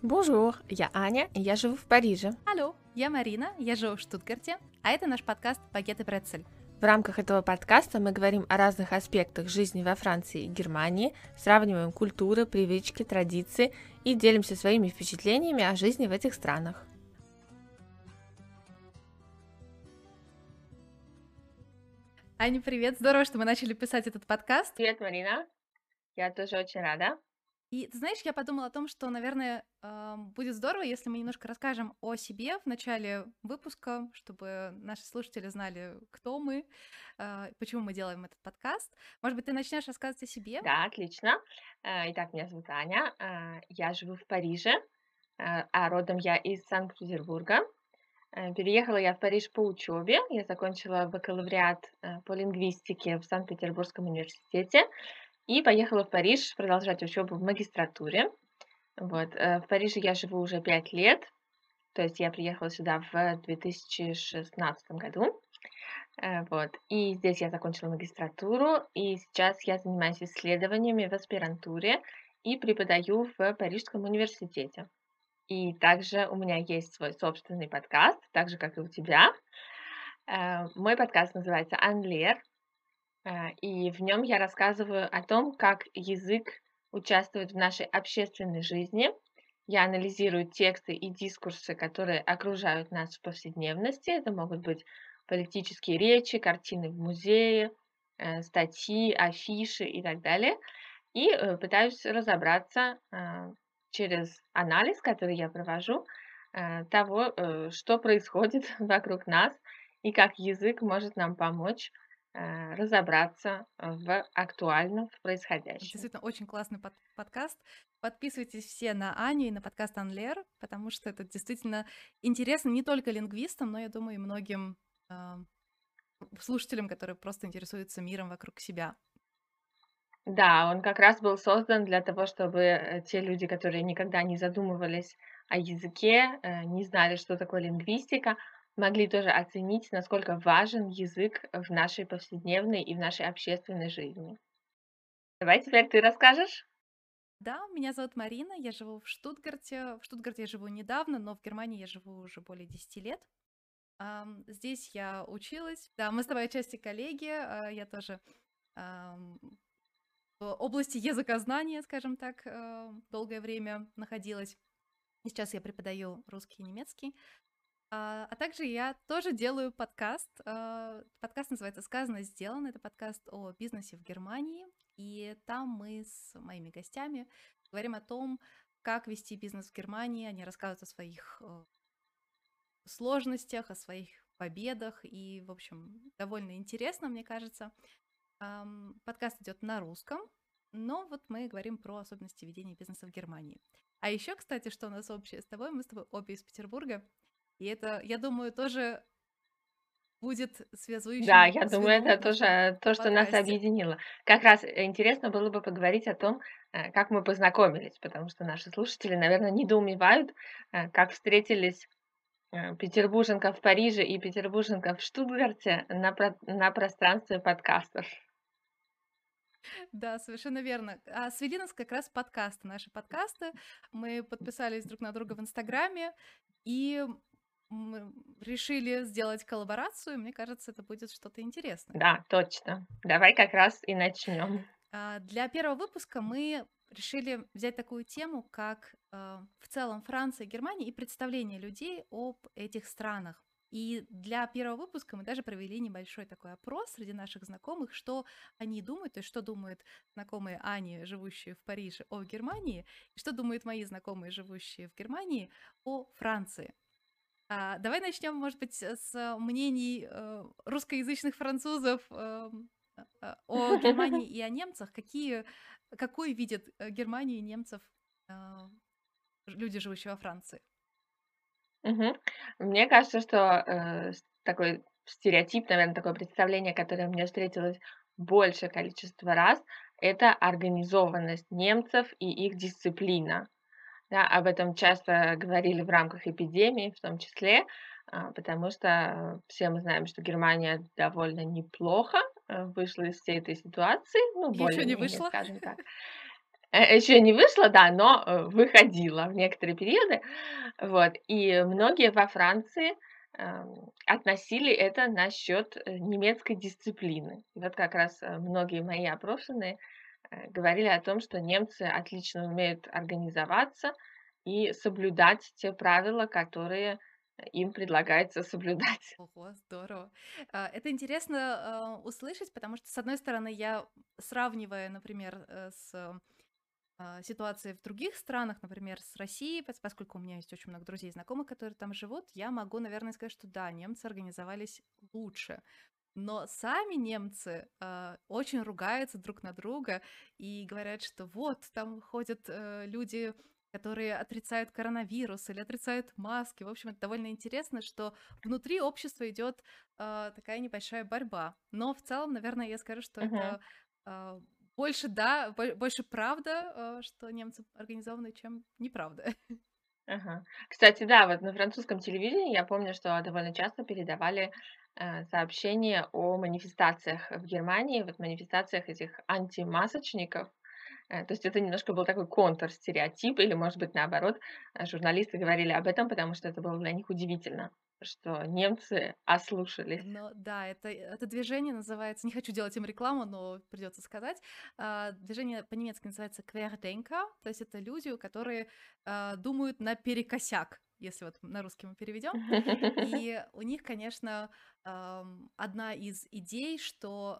Бонжур, я Аня, и я живу в Париже. Алло, я Марина, я живу в Штутгарте, а это наш подкаст «Багет и Брецель». В рамках этого подкаста мы говорим о разных аспектах жизни во Франции и Германии, сравниваем культуры, привычки, традиции и делимся своими впечатлениями о жизни в этих странах. Аня, привет, здорово, что мы начали писать этот подкаст. Привет, Марина, я тоже очень рада. И ты знаешь, я подумала о том, что, наверное, будет здорово, если мы немножко расскажем о себе в начале выпуска, чтобы наши слушатели знали, кто мы, почему мы делаем этот подкаст. Может быть, ты начнешь рассказывать о себе? Да, отлично. Итак, меня зовут Аня, я живу в Париже, а родом я из Санкт-Петербурга. Переехала я в Париж по учебе. Я закончила бакалавриат по лингвистике в Санкт-Петербургском университете и поехала в Париж продолжать учебу в магистратуре. Вот. В Париже я живу уже 5 лет, то есть я приехала сюда в 2016 году. Вот. И здесь я закончила магистратуру, и сейчас я занимаюсь исследованиями в аспирантуре и преподаю в Парижском университете. И также у меня есть свой собственный подкаст, так же, как и у тебя. Мой подкаст называется «Анлер», и в нем я рассказываю о том, как язык участвует в нашей общественной жизни. Я анализирую тексты и дискурсы, которые окружают нас в повседневности. Это могут быть политические речи, картины в музее, статьи, афиши и так далее. И пытаюсь разобраться через анализ, который я провожу, того, что происходит вокруг нас и как язык может нам помочь разобраться в актуальном, в происходящем. Действительно, очень классный подкаст. Подписывайтесь все на Аню и на подкаст «Анлер», потому что это действительно интересно не только лингвистам, но, я думаю, и многим слушателям, которые просто интересуются миром вокруг себя. Да, он как раз был создан для того, чтобы те люди, которые никогда не задумывались о языке, не знали, что такое лингвистика, могли тоже оценить, насколько важен язык в нашей повседневной и в нашей общественной жизни. Давай теперь ты расскажешь. Да, меня зовут Марина, я живу в Штутгарте. В Штутгарте я живу недавно, но в Германии я живу уже более 10 лет. Здесь я училась. Да, мы с тобой отчасти коллеги. Я тоже в области языкознания, скажем так, долгое время находилась. И сейчас я преподаю русский и немецкий. А также я тоже делаю подкаст. Подкаст называется «Сказано, сделано». Это подкаст о бизнесе в Германии. И там мы с моими гостями говорим о том, как вести бизнес в Германии. Они рассказывают о своих сложностях, о своих победах. И, в общем, довольно интересно, мне кажется. Подкаст идет на русском, но вот мы говорим про особенности ведения бизнеса в Германии. А еще, кстати, что у нас общее с тобой, мы с тобой обе из Петербурга, и это, я думаю, тоже будет Да, связующим я думаю, звеном это в нашем тоже то, что нас подкасте. объединило. Как раз интересно было бы поговорить о том, как мы познакомились, потому что наши слушатели, наверное, недоумевают, как встретились петербурженка в Париже и петербурженка в Штутгарте на пространстве подкастов. Да, совершенно верно. А свели нас как раз подкасты, наши подкасты. Мы подписались друг на друга в Инстаграме и мы решили сделать коллаборацию. Мне кажется, это будет что-то интересное. Да, точно. Давай как раз и начнем. Для первого выпуска мы решили взять такую тему, как в целом Франция и Германия и представление людей об этих странах. И для первого выпуска мы даже провели небольшой такой опрос среди наших знакомых, что они думают, то есть что думают знакомые Ани, живущие в Париже, о Германии, и что думают мои знакомые, живущие в Германии, о Франции. Давай начнем, может быть, с мнений русскоязычных французов о Германии и о немцах. Какой видят Германию и немцев люди, живущие во Франции? Мгм. Мне кажется, что такой стереотип, наверное, такое представление, которое мне встретилось большее количество раз, это организованность немцев и их дисциплина. Да, об этом часто говорили в рамках эпидемии, в том числе, потому что все мы знаем, что Германия довольно неплохо вышла из всей этой ситуации, ну, Еще не более-менее, вышло. скажем так. Еще не вышло, да, но, выходила в некоторые периоды. Вот, и многие во Франции, относили это насчет, немецкой дисциплины. И вот как раз, многие мои опрошенные, говорили о том, что немцы отлично умеют организоваться и соблюдать те правила, которые, им предлагается соблюдать. Ого, здорово. Это интересно, услышать, потому что, с одной стороны, я, сравнивая, например, ситуации в других странах, например, с Россией, поскольку у меня есть очень много друзей и знакомых, которые там живут, я могу, наверное, сказать, что да, немцы организовались лучше. Но сами немцы очень ругаются друг на друга и говорят, что вот там ходят люди, которые отрицают коронавирус или отрицают маски. В общем, это довольно интересно, что внутри общества идет такая небольшая борьба. Но в целом, наверное, я скажу, что Мгм. это а, больше да, больше правда, что немцы организованы, чем неправда. Ага. Кстати, да, вот на французском телевидении я помню, что довольно часто передавали, сообщения о манифестациях в Германии, вот манифестациях этих антимасочников. То есть это немножко был такой контрстереотип или, может быть, наоборот, журналисты говорили об этом, потому что это было для них удивительно, что немцы ослушались. Но да, это движение называется, не хочу делать им рекламу, но придется сказать, движение по-немецки называется Querdenker, то есть это люди, которые думают наперекосяк, если вот на русский мы переведем. И у них, конечно, одна из идей, что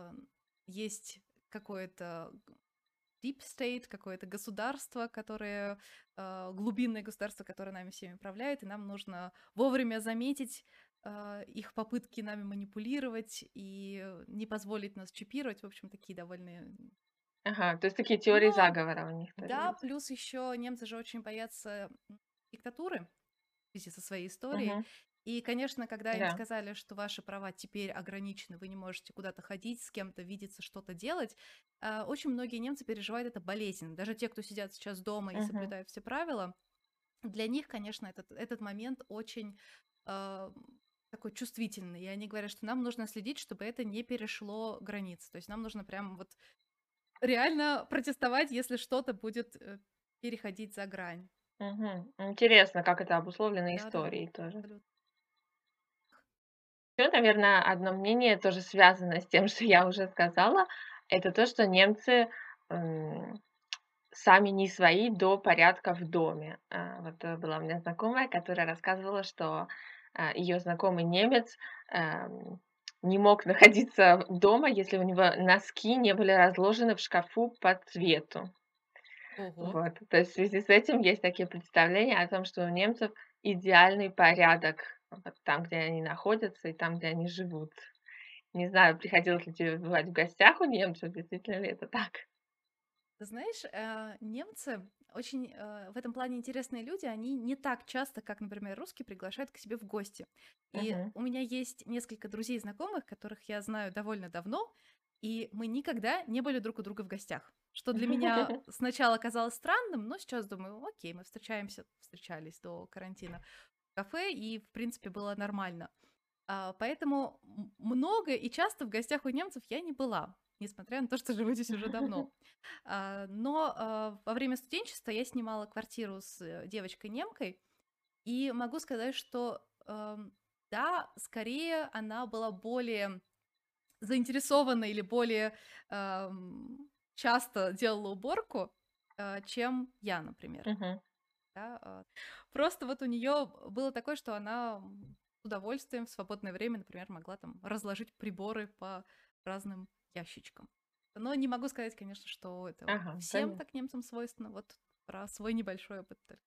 есть какое-то deep state, какое-то государство, которое глубинное государство, которое нами всеми управляет, и нам нужно вовремя заметить их попытки нами манипулировать и не позволить нас чипировать. В общем, такие довольно... Ага, то есть такие теории Но заговора у них тоже да, есть. плюс еще немцы же очень боятся диктатуры в связи со своей историей. Мгм. И, конечно, когда им Да. сказали, что ваши права теперь ограничены, вы не можете куда-то ходить, с кем-то видеться, что-то делать, очень многие немцы переживают это болезненно. Даже те, кто сидят сейчас дома и Мгм. соблюдают все правила, для них, конечно, этот момент очень а, такой чувствительный. И они говорят, что нам нужно следить, чтобы это не перешло границы. То есть нам нужно прям вот реально протестовать, если что-то будет переходить за грань. Мгм. Интересно, как это обусловлено Да-да, историей тоже. абсолютно. Еще, наверное, одно мнение тоже связано с тем, что я уже сказала. Это то, что немцы, м, сами не свои до порядка в доме. Вот, была у меня знакомая, которая рассказывала, что, ее знакомый немец, не мог находиться дома, если у него носки не были разложены в шкафу по цвету. Ого. Вот. То есть в связи с этим есть такие представления о том, что у немцев идеальный порядок вот там, где они находятся, и там, где они живут. Не знаю, приходилось ли тебе бывать в гостях у немцев, действительно ли это так? Ты знаешь, немцы очень в этом плане интересные люди. Они не так часто, как, например, русские, приглашают к себе в гости. И Мгм. у меня есть несколько друзей и знакомых, которых я знаю довольно давно, и мы никогда не были друг у друга в гостях. Что для меня сначала казалось странным, но сейчас думаю, окей, мы встречались до карантина в кафе, и, в принципе, было нормально. Поэтому много и часто в гостях у немцев я не была, несмотря на то, что живу здесь уже давно. Но во время студенчества я снимала квартиру с девочкой-немкой, и могу сказать, что да, скорее она была более заинтересована или более часто делала уборку, чем я, например. Мгм. Да, просто вот у нее было такое, что она с удовольствием в свободное время, например, могла там разложить приборы по разным ящичкам. Но не могу сказать, конечно, что это Ага, всем понятно. так немцам свойственно. Вот про свой небольшой опыт только.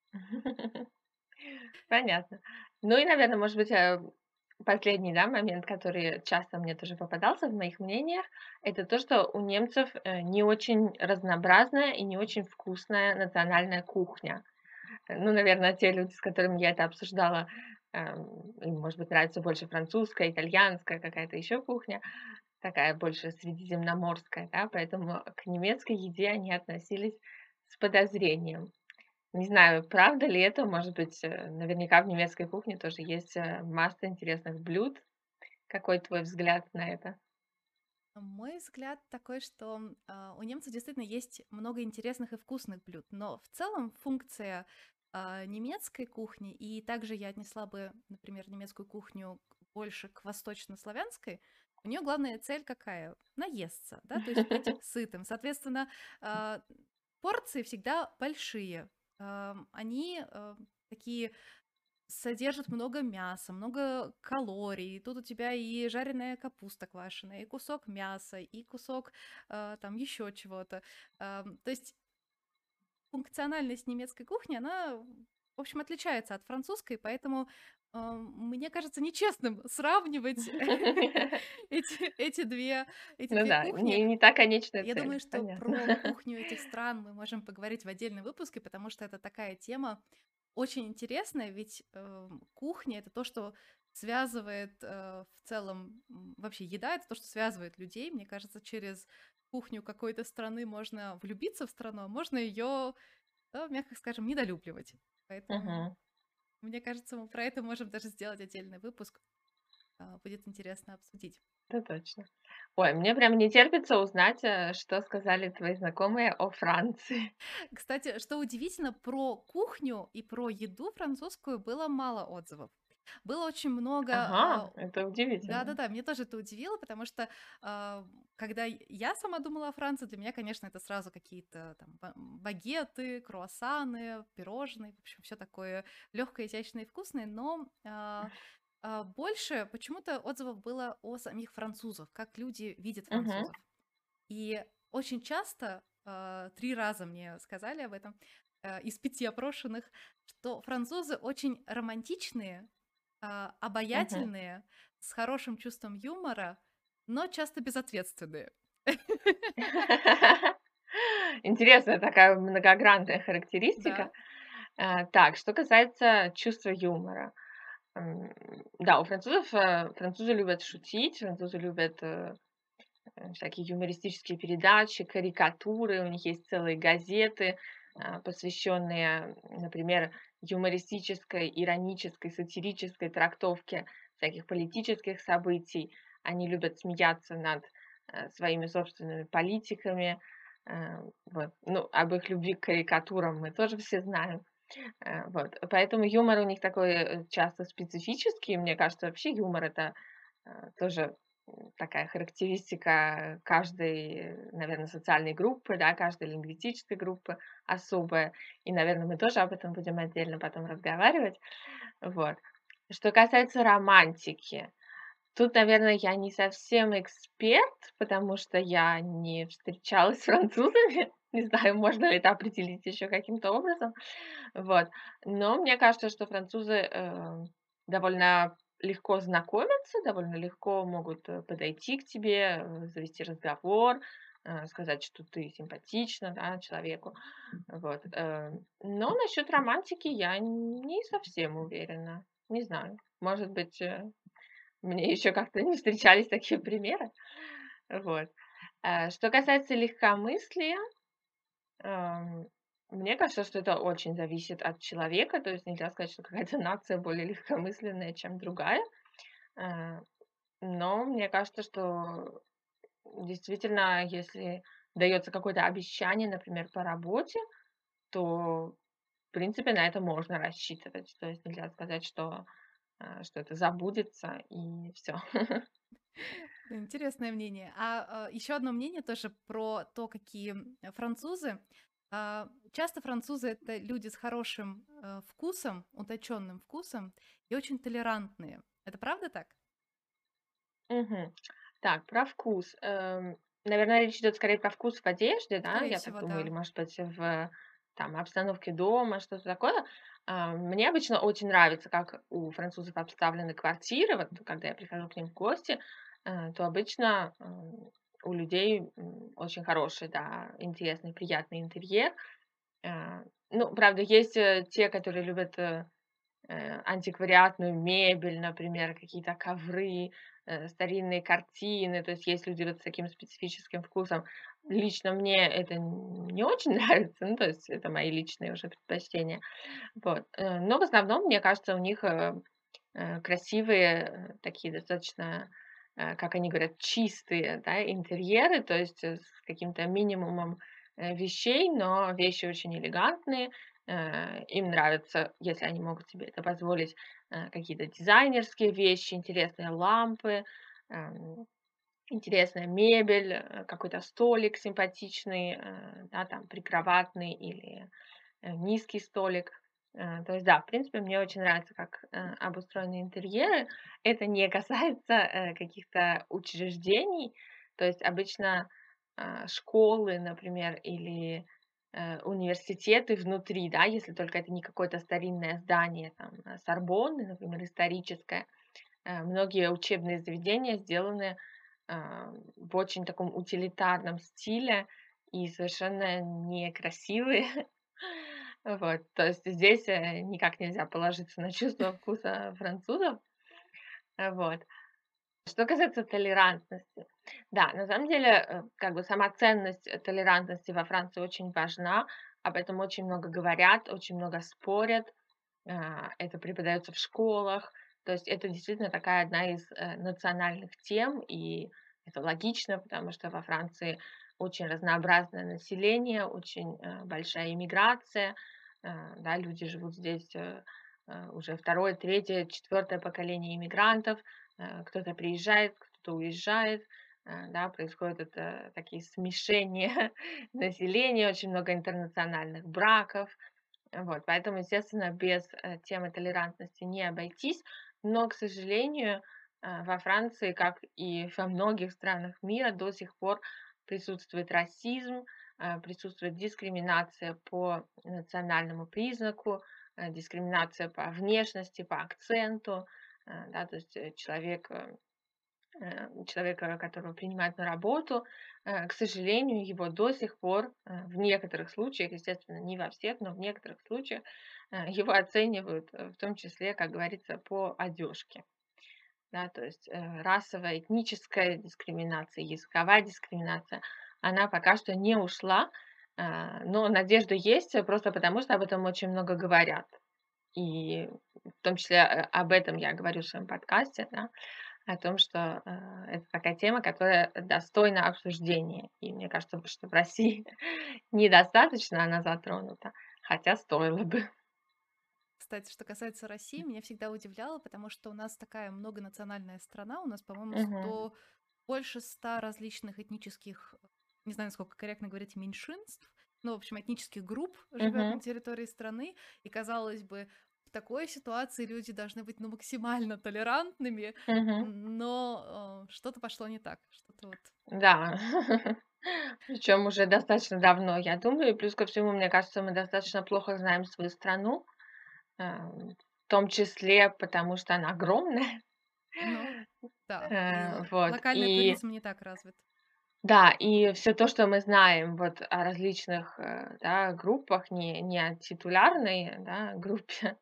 Понятно. Ну и, наверное, может быть, последний, да, момент, который часто мне тоже попадался в моих мнениях, это то, что у немцев, не очень разнообразная и не очень вкусная национальная кухня. Ну, наверное, те люди, с которыми я это обсуждала, им, может быть, нравится больше французская, итальянская, какая-то еще кухня, такая больше средиземноморская, да, поэтому к немецкой еде они относились с подозрением. Не знаю, правда ли это, может быть, наверняка в немецкой кухне тоже есть масса интересных блюд. Какой твой взгляд на это? Мой взгляд такой, что у немцев действительно есть много интересных и вкусных блюд, но в целом функция немецкой кухни, и также я отнесла бы, например, немецкую кухню больше к восточнославянской, у нее главная цель какая? Наесться, да, то есть быть сытым. Соответственно, а, порции всегда большие. Они такие содержит много мяса, много калорий. Тут у тебя и жареная капуста квашеная, и кусок мяса, и кусок там еще чего-то. То есть функциональность немецкой кухни, она, в общем, отличается от французской, поэтому мне кажется нечестным сравнивать эти две, эти Ну две да, кухни. не та конечная Я цель, думаю, что про понятно. кухню этих стран мы можем поговорить в отдельном выпуске, потому что это такая тема очень интересная, ведь кухня это то, что связывает в целом, вообще еда это то, что связывает людей. Мне кажется, через кухню какой-то страны можно влюбиться в страну, а можно ее, мягко скажем, недолюбливать. Поэтому, Мгм. мне кажется, мы про это можем даже сделать отдельный выпуск. Будет интересно обсудить. Это точно. Ой, мне прям не терпится узнать, что сказали твои знакомые о Франции. Кстати, что удивительно, про кухню и про еду французскую было мало отзывов. Было очень много. Ага, это удивительно. Да-да-да, мне тоже это удивило, потому что когда я сама думала о Франции, для меня, конечно, это сразу какие-то там багеты, круассаны, пирожные, в общем, все такое легкое, изящное и вкусное, но больше почему-то отзывов было о самих французах, как люди видят Мгм. французов. И очень часто, 3 раза мне сказали об этом, из 5 опрошенных, что французы очень романтичные, Мгм. обаятельные, с хорошим чувством юмора, но часто безответственные. Интересная такая многогранная характеристика. Да. Так, что касается чувства юмора. Да, у французов, французы любят шутить, французы любят, всякие юмористические передачи, карикатуры. У них есть целые газеты, посвященные, например, юмористической, иронической, сатирической трактовке всяких политических событий. Они любят смеяться над, своими собственными политиками. Вот. Ну, об их любви к карикатурам мы тоже все знаем. Вот. Поэтому юмор у них такой, часто специфический. Мне кажется, вообще юмор — это, тоже, такая характеристика каждой, наверное, социальной группы, да, каждой лингвистической группы особая. И, наверное, мы тоже об этом будем отдельно потом разговаривать. Вот. Что касается романтики, тут, наверное, я не совсем эксперт, потому что я не встречалась с французами. Не знаю, можно ли это определить еще каким-то образом. Вот. Но мне кажется, что французы, довольно легко знакомятся, довольно легко могут, подойти к тебе, завести разговор, сказать, что ты симпатична, да, человеку. Вот. Но насчет романтики я не совсем уверена. Не знаю. Может быть, мне еще как-то не встречались такие примеры. Вот. Что касается легкомыслия, ам, мне кажется, что это очень зависит от человека. То есть нельзя сказать, что какая-то нация более легкомысленная, чем другая. Э, но мне кажется, что действительно, если дается какое-то обещание, например, по работе, то, в принципе, на это можно рассчитывать. То есть нельзя сказать, что это забудется и все. Интересное мнение. Еще одно мнение тоже про то, какие французы. Часто французы это люди с хорошим вкусом, утонченным вкусом и очень толерантные. Это правда так? Мгм. Так, про вкус. Наверное, речь идет скорее про вкус в одежде, да, Скорее я так всего, думаю, или, да. может быть, в там обстановке дома, что-то такое. Мне обычно очень нравится, как у французов обставлены квартиры. Вот когда я прихожу к ним в гости, то обычно, у людей, очень хороший, да, интересный, приятный интерьер. Ну, правда, есть, те, которые любят, антиквариатную мебель, например, какие-то ковры, старинные картины. То есть есть люди вот с таким специфическим вкусом. Лично мне это не очень нравится, ну, то есть это мои личные уже предпочтения. Вот. Но в основном, мне кажется, у них красивые, такие достаточно как они говорят, чистые, да, интерьеры, то есть с каким-то минимумом вещей, но вещи очень элегантные. Им нравится, если они могут себе это позволить, какие-то дизайнерские вещи, интересные лампы, эм, интересная мебель, какой-то столик симпатичный, да, там прикроватный или низкий столик. То есть да, в принципе, мне очень нравится, как обустроены интерьеры. Это не касается каких-то учреждений. То есть обычно школы, например, или университеты внутри, да, если только это не какое-то старинное здание, там, Сорбонны, например, историческое. Многие учебные заведения сделаны в очень таком утилитарном стиле и совершенно некрасивые. Вот, то есть здесь никак нельзя положиться на чувство вкуса французов. Вот. Что касается толерантности, да, на самом деле, как бы сама ценность толерантности во Франции очень важна, об этом очень много говорят, очень много спорят. Это преподается в школах. То есть это действительно такая одна из национальных тем, и это логично, потому что во Франции очень разнообразное население, очень большая иммиграция, да, люди живут здесь уже второе, третье, четвертое поколение иммигрантов, кто-то приезжает, кто-то уезжает, да, происходят это такие смешения населения, очень много интернациональных браков, вот, поэтому, естественно, без темы толерантности не обойтись. Но, к сожалению, во Франции, как и во многих странах мира, до сих пор присутствует расизм, присутствует дискриминация по национальному признаку, дискриминация по внешности, по акценту. Да, то есть человека, которого принимают на работу, к сожалению, его до сих пор, в некоторых случаях, естественно, не во всех, но в некоторых случаях, его оценивают, в том числе, как говорится, по одежке. Да, то есть расовая, этническая дискриминация, языковая дискриминация, она пока что не ушла, но надежда есть, просто потому что об этом очень много говорят. И в том числе об этом я говорю в своем подкасте, да, о том, что, это такая тема, которая достойна обсуждения. И мне кажется, что в России недостаточно она затронута, хотя стоило бы. Кстати, что касается России, меня всегда удивляло, потому что у нас такая многонациональная страна, у нас, по-моему, Мгм. больше 100 различных этнических, не знаю, насколько корректно говорить, меньшинств, ну, в общем, этнических групп живет на Мгм. территории страны, и, казалось бы, в такой ситуации люди должны быть, ну, максимально толерантными, Мгм. но что-то пошло не так, что-то вот. Да. Причем уже достаточно давно, я думаю. И плюс ко всему, мне кажется, мы достаточно плохо знаем свою страну, в том числе потому, что она огромная. Ну, да, и Вот. локальный И туризм не так развит. да, и все то, что мы знаем вот о различных, да, группах, не о титулярной, да, группе,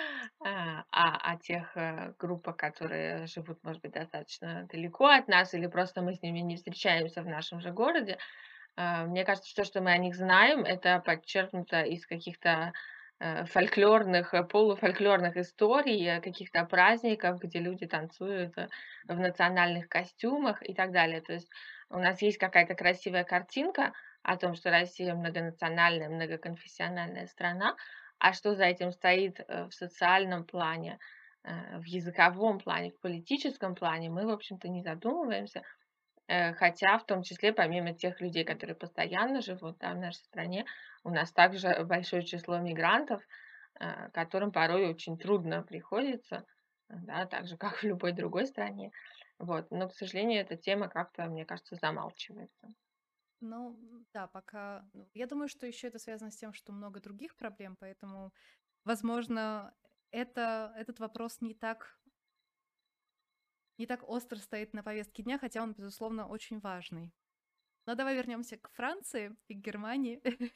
о тех, группах, которые живут, может быть, достаточно далеко от нас, или просто мы с ними не встречаемся в нашем же городе. Мне кажется, что мы о них знаем, это подчеркнуто из каких-то, фольклорных, полуфольклорных историй, каких-то праздников, где люди танцуют, в национальных костюмах и так далее. То есть у нас есть какая-то красивая картинка о том, что Россия многонациональная, многоконфессиональная страна, а что за этим стоит, в социальном плане, в языковом плане, в политическом плане, мы, в общем-то, не задумываемся. Хотя в том числе, помимо тех людей, которые постоянно живут, да, в нашей стране, у нас также большое число мигрантов, которым порой очень трудно приходится, да, так же, как в любой другой стране. Вот. Но, к сожалению, эта тема как-то, мне кажется, замалчивается. Ну, да, пока. Я думаю, что еще это связано с тем, что много других проблем, поэтому, возможно, этот вопрос не так остро стоит на повестке дня, хотя он, безусловно, очень важный. Но давай вернемся к Франции и к Германии.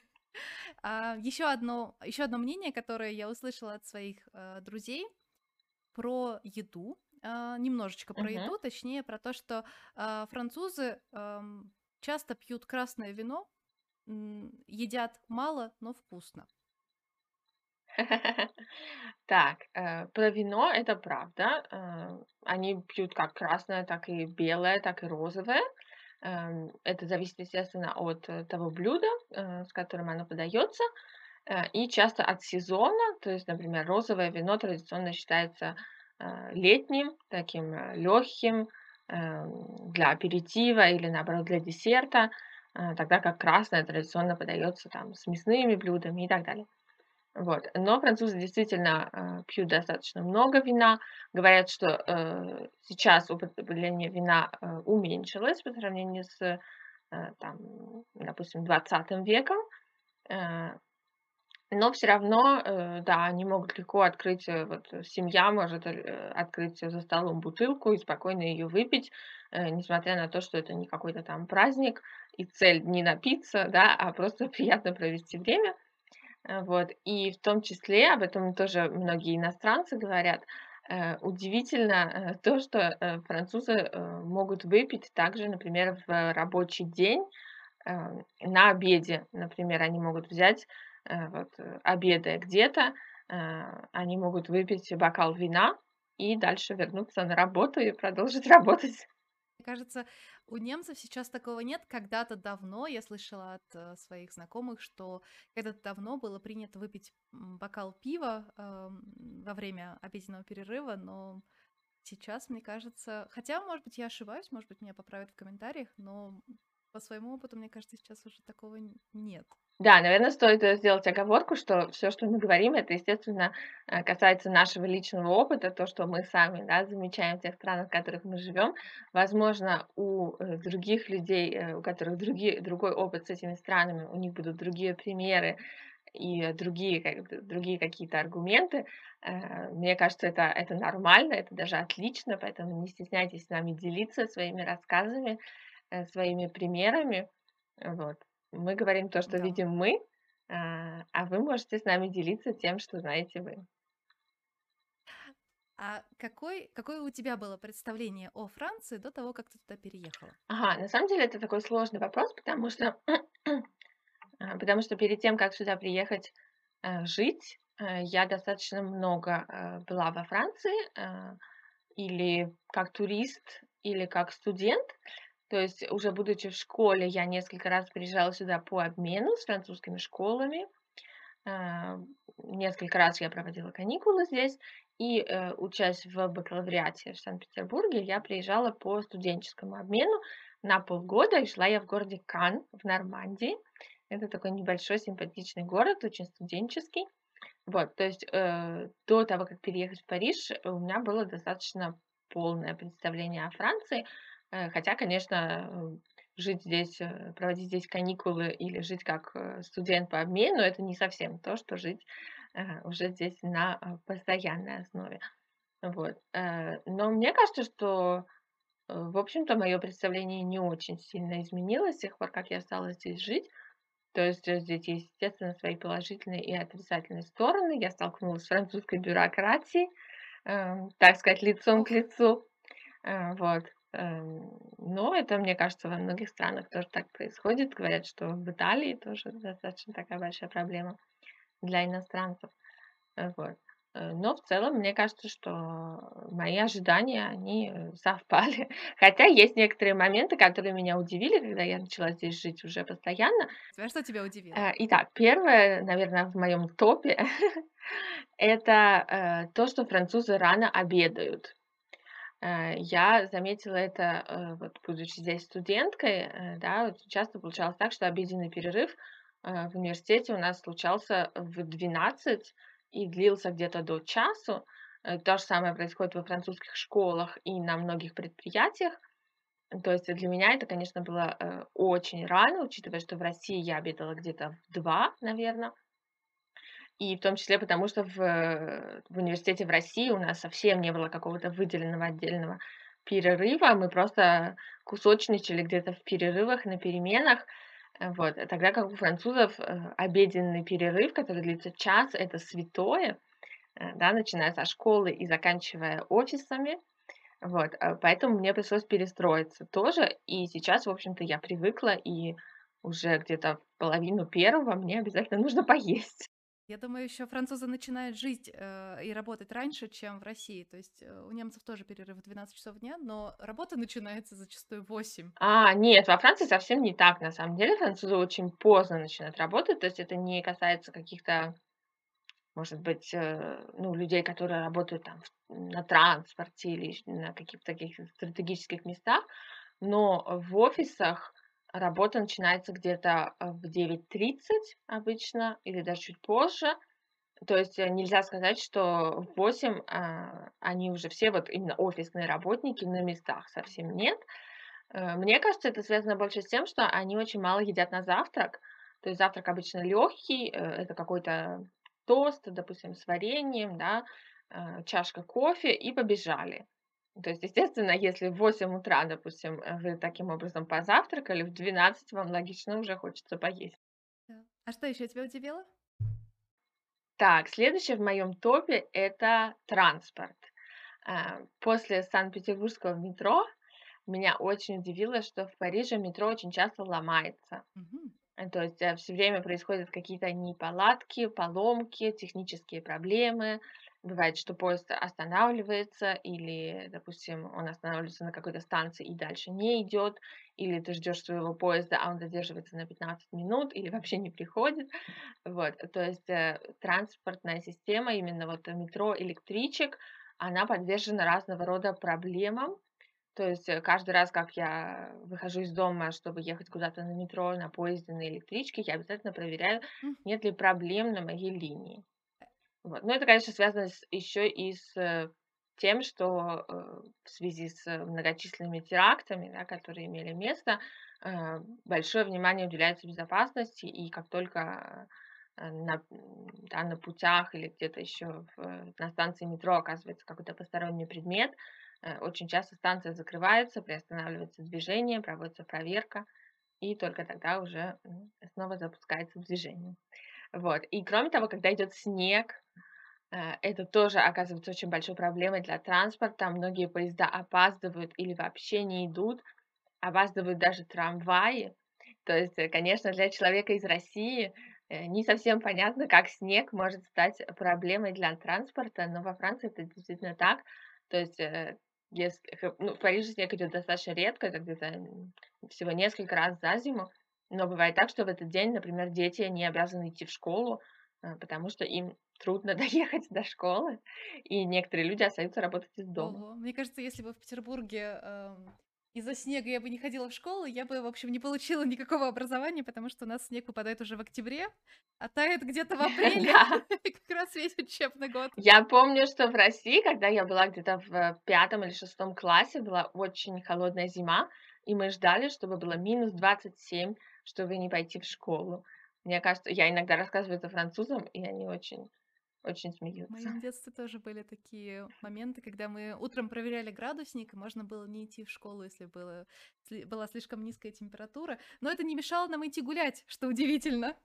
Еще одно мнение, которое я услышала от своих друзей про еду, немножечко про Мгм. еду, точнее про то, что французы часто пьют красное вино, едят мало, но вкусно. Так, про вино это правда. Они пьют как красное, так и белое, так и розовое. Это зависит, естественно, от того блюда, с которым оно подается, и часто от сезона. То есть, например, розовое вино традиционно считается летним, таким легким, для аперитива или, наоборот, для десерта, тогда как красное традиционно подается там с мясными блюдами и так далее. Вот. Но французы действительно, пьют достаточно много вина. Говорят, что, сейчас употребление вина, уменьшилось по сравнению с, там, допустим, 20 веком. Э, но все равно, да, они могут легко открыть, семья может, открыть за столом бутылку и спокойно ее выпить, несмотря на то, что это не какой-то там праздник, и цель не напиться, да, а просто приятно провести время. Вот. И в том числе, об этом тоже многие иностранцы говорят, удивительно, то, что, французы, могут выпить также, например, в рабочий день, на обеде. Например, они могут взять, обедая где-то, они могут выпить бокал вина и дальше вернуться на работу и продолжить работать. Мне кажется, у немцев сейчас такого нет. Когда-то давно я слышала от своих знакомых, что когда-то давно было принято выпить бокал пива во время обеденного перерыва, но сейчас, мне кажется, хотя, может быть, я ошибаюсь, может быть, меня поправят в комментариях, но по своему опыту, мне кажется, сейчас уже такого нет. Да, наверное, стоит, сделать оговорку, что все, что мы говорим, это, естественно, касается нашего личного опыта, то, что мы сами, да, замечаем в тех странах, в которых мы живем. Возможно, у, других людей, у которых другой опыт с этими странами, у них будут другие примеры и другие какие-то аргументы. Мне кажется, это нормально, это даже отлично, поэтому не стесняйтесь с нами делиться своими рассказами, своими примерами. Вот. Мы говорим то, что Да. видим мы, а вы можете с нами делиться тем, что знаете вы. А какое у тебя было представление о Франции до того, как ты туда переехала? Ага, на самом деле это такой сложный вопрос, потому что перед тем, как сюда приехать, жить, я достаточно много, была во Франции, или как турист, или как студент. То есть уже будучи в школе, я несколько раз приезжала сюда по обмену с французскими школами. А, Несколько раз я проводила каникулы здесь, и, учась в бакалавриате в Санкт-Петербурге, я приезжала по студенческому обмену на полгода, и жила я в городе Кан в Нормандии. Это такой небольшой симпатичный город, очень студенческий. Вот, то есть, до того, как переехать в Париж, у меня было достаточно полное представление о Франции. Хотя, конечно, жить здесь, проводить здесь каникулы или жить как, студент по обмену — это не совсем то, что жить, уже здесь на, постоянной основе. Вот, но мне кажется, что, в общем-то, мое представление не очень сильно изменилось с тех пор, как я стала здесь жить. То есть, здесь есть, естественно, свои положительные и отрицательные стороны. Я столкнулась с французской бюрократией, так сказать, лицом к Ох, лицу. Вот. Но это, мне кажется, во многих странах тоже так происходит. Говорят, что в Италии тоже достаточно такая большая проблема для иностранцев. Вот. Но в целом, мне кажется, что мои ожидания, они, совпали. Хотя есть некоторые моменты, которые меня удивили, когда я начала здесь жить уже постоянно. что тебя удивило? Итак, первое, наверное, в моем топе — это, то, что французы рано обедают. Я заметила это, вот будучи здесь студенткой, да, вот часто получалось так, что обеденный перерыв, в университете у нас случался в 12 и длился где-то до часу. То же самое происходит во французских школах и на многих предприятиях. То есть для меня это, конечно, было, очень рано, учитывая, что в России я обедала где-то в 2, наверное. И в том числе потому, что в университете в России у нас совсем не было какого-то выделенного отдельного перерыва. Мы просто кусочничали где-то в перерывах, на переменах. Вот. Тогда как у французов, обеденный перерыв, который длится час — это святое, да, начиная со школы и заканчивая офисами. Вот, поэтому мне пришлось перестроиться тоже. И сейчас, в общем-то, я привыкла, и уже где-то в половину первого мне обязательно нужно поесть. Я думаю, еще французы начинают жить и работать раньше, чем в России. То есть у немцев тоже перерыв в 12 часов дня, но работа начинается зачастую в 8. Нет, во Франции совсем не так, на самом деле. Французы очень поздно начинают работать, то есть это не касается каких-то, может быть, ну, людей, которые работают там на транспорте или на каких-то таких стратегических местах, но в офисах работа начинается где-то в 9:30 обычно или даже чуть позже. То есть нельзя сказать, что в 8 они уже все вот именно офисные работники на местах, совсем нет. Мне кажется, это связано больше с тем, что они очень мало едят на завтрак. То есть завтрак обычно легкий, это какой-то тост, допустим, с вареньем, да, чашка кофе и побежали. То есть, естественно, если в 8 утра, допустим, вы таким образом позавтракали, в 12 вам логично уже хочется поесть. Да. А что еще тебя удивило? Так, следующее в моем топе — это транспорт. После санкт-петербургского метро меня очень удивило, что в Париже метро очень часто ломается. Мгм. То есть, все время происходят какие-то неполадки, поломки, технические проблемы. Бывает, что поезд останавливается или, допустим, он останавливается на какой-то станции и дальше не идет, или ты ждешь своего поезда, а он задерживается на 15 минут или вообще не приходит. Вот, то есть, транспортная система, именно вот метро, электричек, она подвержена разного рода проблемам. То есть, каждый раз, как я выхожу из дома, чтобы ехать куда-то на метро, на поезде, на электричке, я обязательно проверяю, М. нет ли проблем на моей линии. Вот. Но это, конечно, связано еще и с тем, что в связи с многочисленными терактами, да, которые имели место, большое внимание уделяется безопасности, и как только да, на путях или где-то еще на станции метро оказывается какой-то посторонний предмет, очень часто станция закрывается, приостанавливается движение, проводится проверка, и только тогда уже снова запускается движение. Вот. И кроме того, когда идет снег, это тоже оказывается очень большой проблемой для транспорта. Многие поезда опаздывают или вообще не идут, опаздывают даже трамваи. То есть, конечно, для человека из России не совсем понятно, как снег может стать проблемой для транспорта, но во Франции это действительно так. То есть, если, ну, в Париже снег идет достаточно редко, это где-то всего несколько раз за зиму, но бывает так, что в этот день, например, дети не обязаны идти в школу, потому что им трудно доехать до школы, и некоторые люди остаются работать из дома. Ого. Мне кажется, если бы в Петербурге из-за снега я бы не ходила в школу, я бы, в общем, не получила никакого образования, потому что у нас снег выпадает уже в октябре, а тает где-то в апреле, Да. как раз весь учебный год. Я помню, что в России, когда я была где-то в 5 или 6 классе, была очень холодная зима, и мы ждали, чтобы было -27, чтобы не пойти в школу. Мне кажется, я иногда рассказываю это французам, и они очень очень В смеются. моем детстве тоже были такие моменты, когда мы утром проверяли градусник, и можно было не идти в школу, если была слишком низкая температура. Но это не мешало нам идти гулять, что удивительно.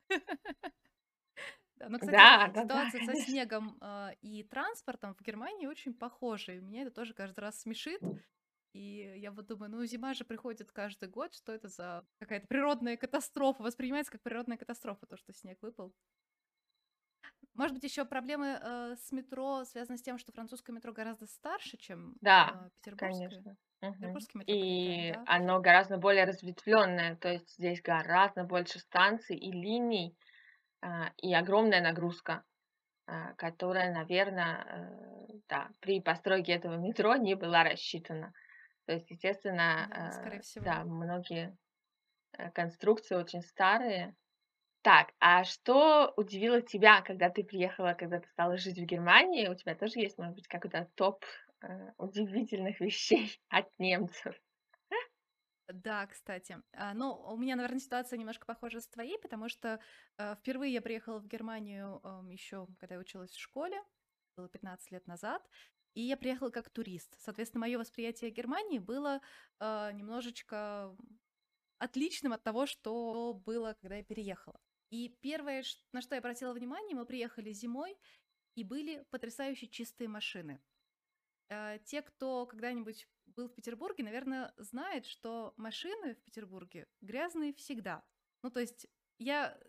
Да, но, кстати, Да, да-да, ситуация со конечно. снегом и транспортом в Германии очень похожа. И меня это тоже каждый раз смешит. И я вот думаю, ну зима же приходит каждый год, что это за какая-то природная катастрофа? Воспринимается как природная катастрофа, то, что снег выпал. Может быть, еще проблемы с метро связаны с тем, что французское метро гораздо старше, чем Да, петербургское. конечно. Мгм. Петербургский метрополитен, И да. оно гораздо более разветвленное, то есть здесь гораздо больше станций и линий, и огромная нагрузка, которая, наверное, да, при постройке этого метро не была рассчитана. То есть, Да, скорее естественно, всего. да, многие конструкции очень старые. Так, а что удивило тебя, когда ты приехала, когда ты стала жить в Германии? У тебя тоже есть, может быть, какой-то топ удивительных вещей от немцев? Да, кстати. Ну, у меня, наверное, ситуация немножко похожа с твоей, потому что впервые я приехала в Германию еще, когда я училась в школе, было 15 лет назад, и я приехала как турист. Соответственно, мое восприятие Германии было немножечко отличным от того, что было, когда я переехала. И первое, на что я обратила внимание, мы приехали зимой, и были потрясающе чистые машины. Те, кто когда-нибудь был в Петербурге, наверное, знает, что машины в Петербурге грязные всегда. Ну, то есть я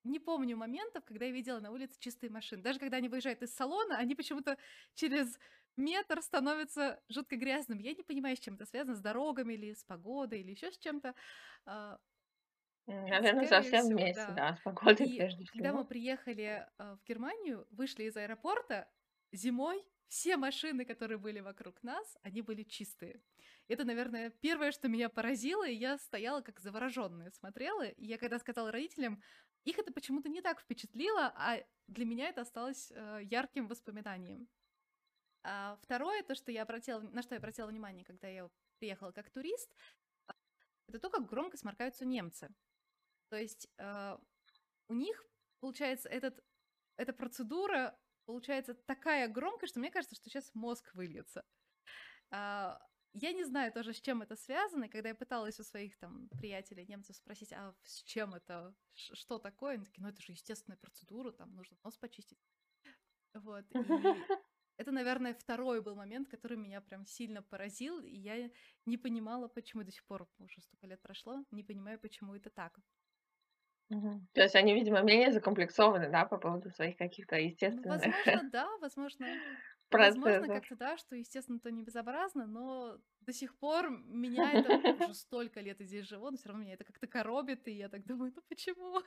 не помню моментов, когда я видела на улице чистые машины. Даже когда они выезжают из салона, они почему-то через метр становятся жутко грязными. Я не понимаю, с чем это связано, с дорогами или с погодой, или еще с чем-то. А, Наверно, Скорее совсем всего, вместе, да. да, с погодой И прежде когда мы всего. приехали, в Германию, вышли из аэропорта, зимой все машины, которые были вокруг нас, они были чистые. Это, наверное, первое, что меня поразило, и я стояла как заворожённая, смотрела. И я когда сказала родителям, их это почему-то не так впечатлило, а для меня это осталось, ярким воспоминанием. А второе, то, что я обратила на что я обратила внимание, когда я приехала как турист, это то, как громко сморкаются немцы. То есть, у них, получается, эта процедура получается такая громкая, что мне кажется, что сейчас мозг выльется. А, я не знаю тоже, с чем это связано. И когда я пыталась у своих там приятелей немцев спросить: "А с чем это? Что такое?" Они такие: "Ну, это же естественная процедура, там нужно нос почистить". Вот, и это, наверное, второй был момент, который меня прям сильно поразил, и я не понимала, почему до сих пор, уже столько лет прошло, не понимаю, почему это так. Мгм. То есть они, видимо, менее закомплексованы, да, по поводу своих каких-то Ну, естественных возможно, да, возможно, процессов. как-то да, что, естественно, то не безобразно, но до сих пор меня это уже столько лет я здесь живу, но все равно меня это как-то коробит, и я так думаю: "Ну почему?"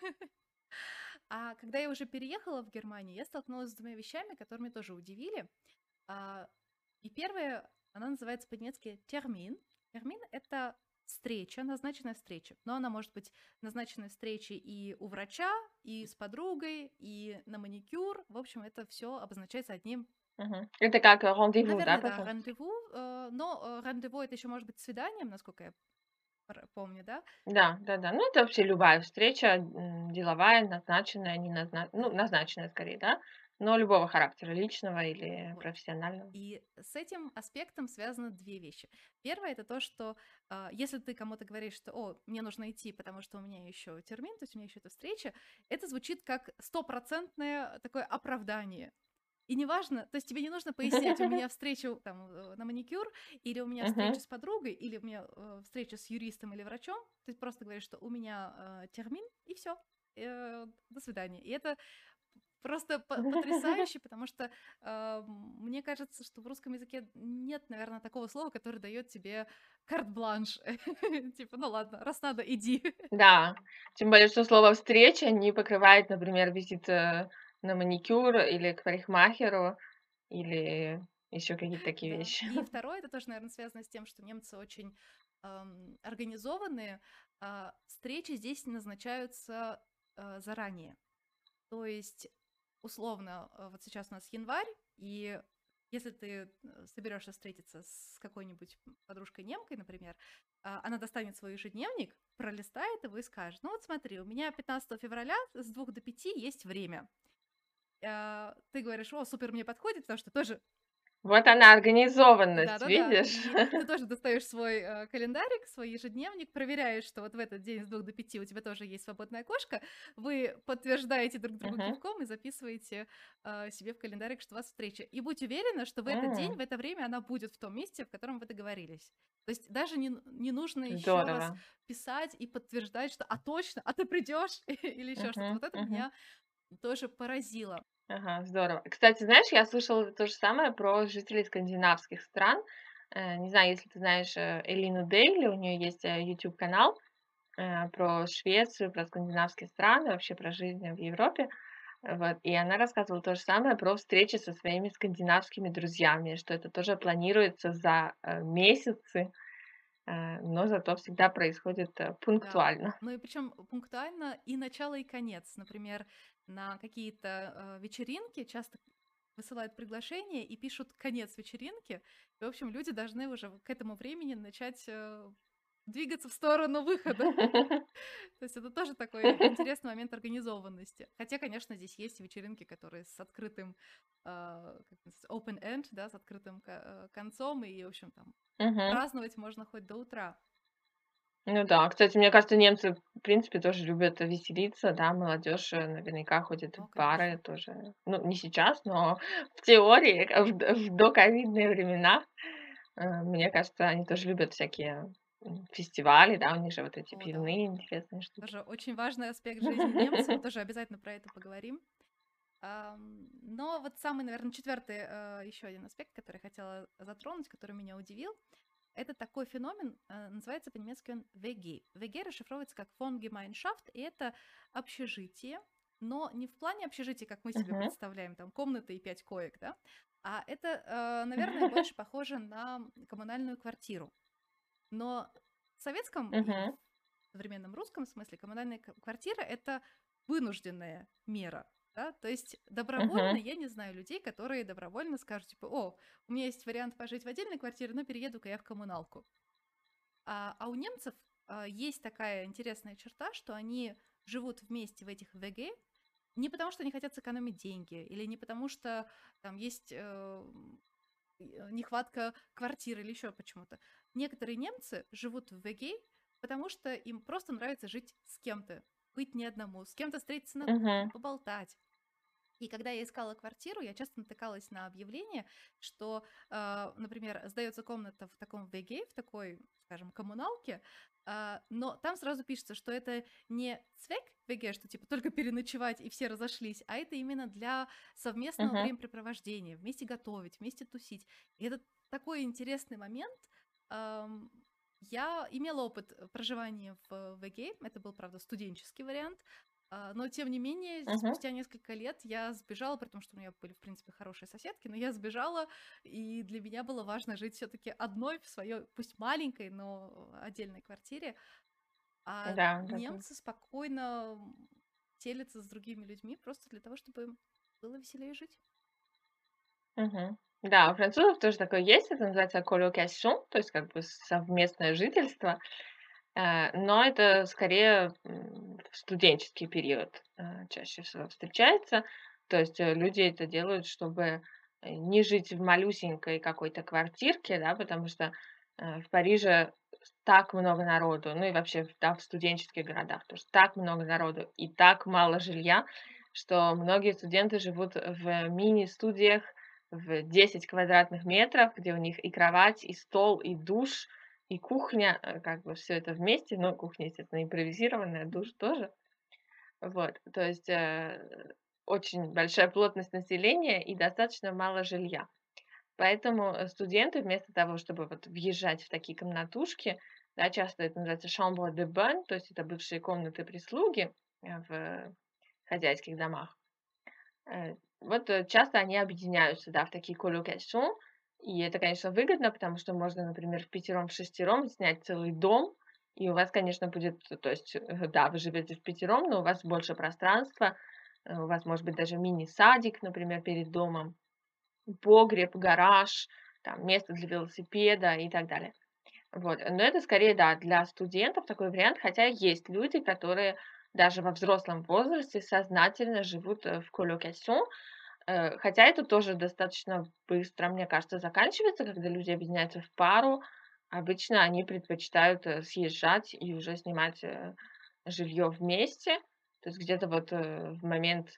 А когда я уже переехала в Германию, я столкнулась с двумя вещами, которые меня тоже удивили. А, и первое, она называется по-немецки термин. Термин — это встреча, назначенная встреча. Но она может быть назначенной встречей и у врача, и с подругой, и на маникюр. В общем, это все обозначается одним. Мгм. Это как рандеву, да, Наверное, да, по-французски? рандеву, но рандеву это еще может быть свиданием, насколько я помню, да? Да, да-да. Ну, это вообще любая встреча, деловая, назначенная, ну, Да, назначенная скорее, да, но любого характера, личного или вот. профессионального. И с этим аспектом связаны две вещи. Первое — это то, что, если ты кому-то говоришь, что: "О, мне нужно идти, потому что у меня еще термин, то есть у меня еще эта встреча", это звучит как стопроцентное такое оправдание. И неважно, то есть тебе не нужно пояснять: "У меня встреча там, на маникюр", или "У меня встреча Мгм. с подругой", или "У меня, встреча с юристом или врачом". Ты просто говоришь, что у меня, термин, и все. До свидания. И это просто потрясающе, потому что, мне кажется, что в русском языке нет, наверное, такого слова, которое дает тебе карт-бланш. Типа: "Ну ладно, раз надо, иди". Да, тем более, что слово "встреча" не покрывает, например, визит, на маникюр или к парикмахеру, или еще какие-то такие Да. вещи. И второе, это тоже, наверное, связано с тем, что немцы очень, организованные. Встречи здесь назначаются, заранее. То есть, условно, вот сейчас у нас январь, и если ты соберешься встретиться с какой-нибудь подружкой-немкой, например, она достанет свой ежедневник, пролистает его и скажет: "Ну вот смотри, у меня 15 февраля с 2 до 5 есть время". Ты говоришь: "О, супер, мне подходит", потому что тоже. Вот она организованность, Да-да-да. видишь? И ты тоже достаешь свой, календарик, свой ежедневник, проверяешь, что вот в этот день с 2 до 5 у тебя тоже есть свободное окошко. Вы подтверждаете друг другу Мгм. кивком и записываете, себе в календарик, что у вас встреча. И будь уверена, что в этот день, в М, это время она будет в том месте, в котором вы договорились. То есть даже не нужно еще раз здорово. писать и подтверждать, что: "А точно? А ты придешь?" Или еще что-то. Мгм, Вот это мгм. меня тоже поразило. Ага, здорово. Кстати, знаешь, я слышала то же самое про жителей скандинавских стран. Не знаю, если ты знаешь, Элину Дейли, у нее есть, YouTube-канал, про Швецию, про скандинавские страны, вообще про жизнь в Европе. Вот, и она рассказывала то же самое про встречи со своими скандинавскими друзьями, что это тоже планируется за, месяцы, но зато всегда происходит, Да. пунктуально. Ну и причем пунктуально и начало, и конец. Например, на какие-то, вечеринки часто высылают приглашение и пишут конец вечеринки. И, в общем, люди должны уже к этому времени начать, двигаться в сторону выхода. То есть это тоже такой интересный момент организованности. Хотя, конечно, здесь есть вечеринки, которые с открытым, как называется, open end, да, с открытым концом, и, в общем, там Мгм. праздновать можно хоть до утра. Ну да, кстати, мне кажется, немцы, в принципе, тоже любят веселиться, да, молодежь, наверняка ходит в Ну, бары конечно. тоже. Ну, не сейчас, но в теории, в доковидные времена, мне кажется, они тоже любят всякие фестивали, да, у них же вот эти О, да, пивные интересные штуки. тоже очень важный аспект жизни немцев, мы тоже обязательно про это поговорим. Но вот самый, наверное, четвертый, еще один аспект, который я хотела затронуть, который меня удивил, это такой феномен, называется по-немецки он WG. WG расшифровывается как Wohngemeinschaft, и это общежитие, но не в плане общежития, как мы себе Мгм. представляем, там комната и 5 коек, да, а это, наверное, больше похоже на коммунальную квартиру. Но в советском и в Мгм. современном русском смысле коммунальная квартира — это вынужденная мера. Да? То есть добровольно, Мгм. я не знаю людей, которые добровольно скажут, типа, о, у меня есть вариант пожить в отдельной квартире, но перееду-ка я в коммуналку. А у немцев есть такая интересная черта, что они живут вместе в этих ВГ не потому, что они хотят сэкономить деньги, или не потому, что там есть нехватка квартиры или еще почему-то. Некоторые немцы живут в ВГ, потому что им просто нравится жить с кем-то, быть не одному, с кем-то встретиться на кухне, Мгм. поболтать. И когда я искала квартиру, я часто натыкалась на объявление, что, например, сдается комната в таком ВГ, в такой, скажем, коммуналке, но там сразу пишется, что это не цвек ВГ, что типа только переночевать и все разошлись, а это именно для совместного Мгм. времяпрепровождения, вместе готовить, вместе тусить. И это такой интересный момент. Ам, Я имела опыт проживания в ВГ, это был, правда, студенческий вариант, но тем не менее, Мгм. спустя несколько лет я сбежала, при том, что у меня были, в принципе, хорошие соседки, но я сбежала, и для меня было важно жить все-таки одной в своей, пусть маленькой, но отдельной квартире. А Да, да-да. немцы спокойно селятся с другими людьми просто для того, чтобы им было веселее жить. Мгм. Да, у французов тоже такое есть, это называется colocation, то есть как бы совместное жительство, но это скорее в студенческий период чаще всего встречается. То есть люди это делают, чтобы не жить в малюсенькой какой-то квартирке, да, потому что в Париже так много народу, ну и вообще да, в студенческих городах тоже так много народу и так мало жилья, что многие студенты живут в мини-студиях в 10 квадратных метров, где у них и кровать, и стол, и душ, и кухня, как бы все это вместе. Ну, кухня, естественно, импровизированная, душ тоже. Вот, то есть, очень большая плотность населения и достаточно мало жилья. Поэтому, студенты вместо того, чтобы вот въезжать в такие комнатушки, да, часто это называется chambre de bonne, то есть это бывшие комнаты прислуги, в хозяйских домах. Вот, часто они объединяются, да, в такие colocation. И это, конечно, выгодно, потому что можно, например, впятером, вшестером снять целый дом, и у вас, конечно, будет, то есть, да, вы живете впятером, но у вас больше пространства, у вас может быть даже мини-садик, например, перед домом, погреб, гараж, там место для велосипеда и так далее. Вот, но это скорее, да, для студентов такой вариант, хотя есть люди, которые даже во взрослом возрасте сознательно живут, в colocation. Хотя это тоже достаточно быстро, мне кажется, заканчивается, когда люди объединяются в пару. Обычно они предпочитают, съезжать и уже снимать, жилье вместе. То есть где-то вот, в момент,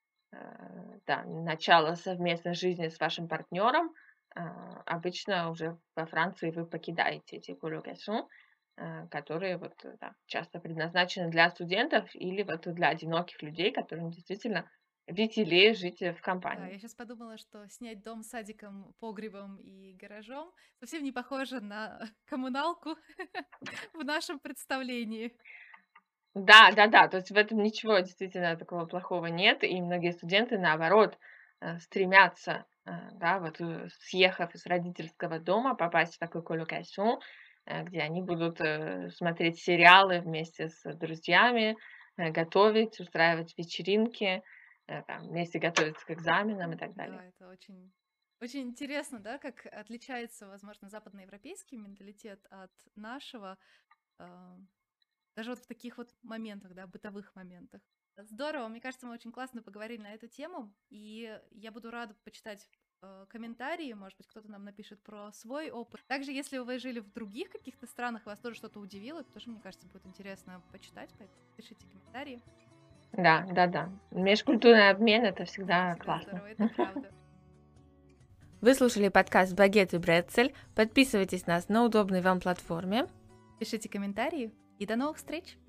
да, начала совместной жизни с вашим партнером, обычно уже во Франции вы покидаете эти colocations, которые вот, да, часто предназначены для студентов или вот для одиноких людей, которым действительно веселее жить, в Да, компании. я сейчас подумала, что снять дом с садиком, погребом и гаражом совсем не похоже на коммуналку в нашем представлении. Да, да-да, то есть в этом ничего действительно такого плохого нет, и многие студенты, наоборот, стремятся, да, вот, съехав из родительского дома, попасть в такой colocation, где они будут, смотреть сериалы вместе с друзьями, готовить, устраивать вечеринки, там, вместе готовиться к экзаменам и так далее. Да, это очень, очень интересно, да, как отличается, возможно, западноевропейский менталитет от нашего, а, даже вот в таких вот моментах, да, бытовых моментах. Здорово, мне кажется, мы очень классно поговорили на эту тему, и я буду рада почитать комментарии, может быть, кто-то нам напишет про свой опыт. Также, если вы жили в других каких-то странах, и вас тоже что-то удивило, это тоже, мне кажется, будет интересно почитать, поэтому пишите комментарии. Да, да-да. Межкультурный обмен — это Это всегда всегда классно. здорово, это правда. Вы слушали подкаст «Багет и Брецель». Подписывайтесь на нас на удобной вам платформе. Пишите комментарии и до новых встреч!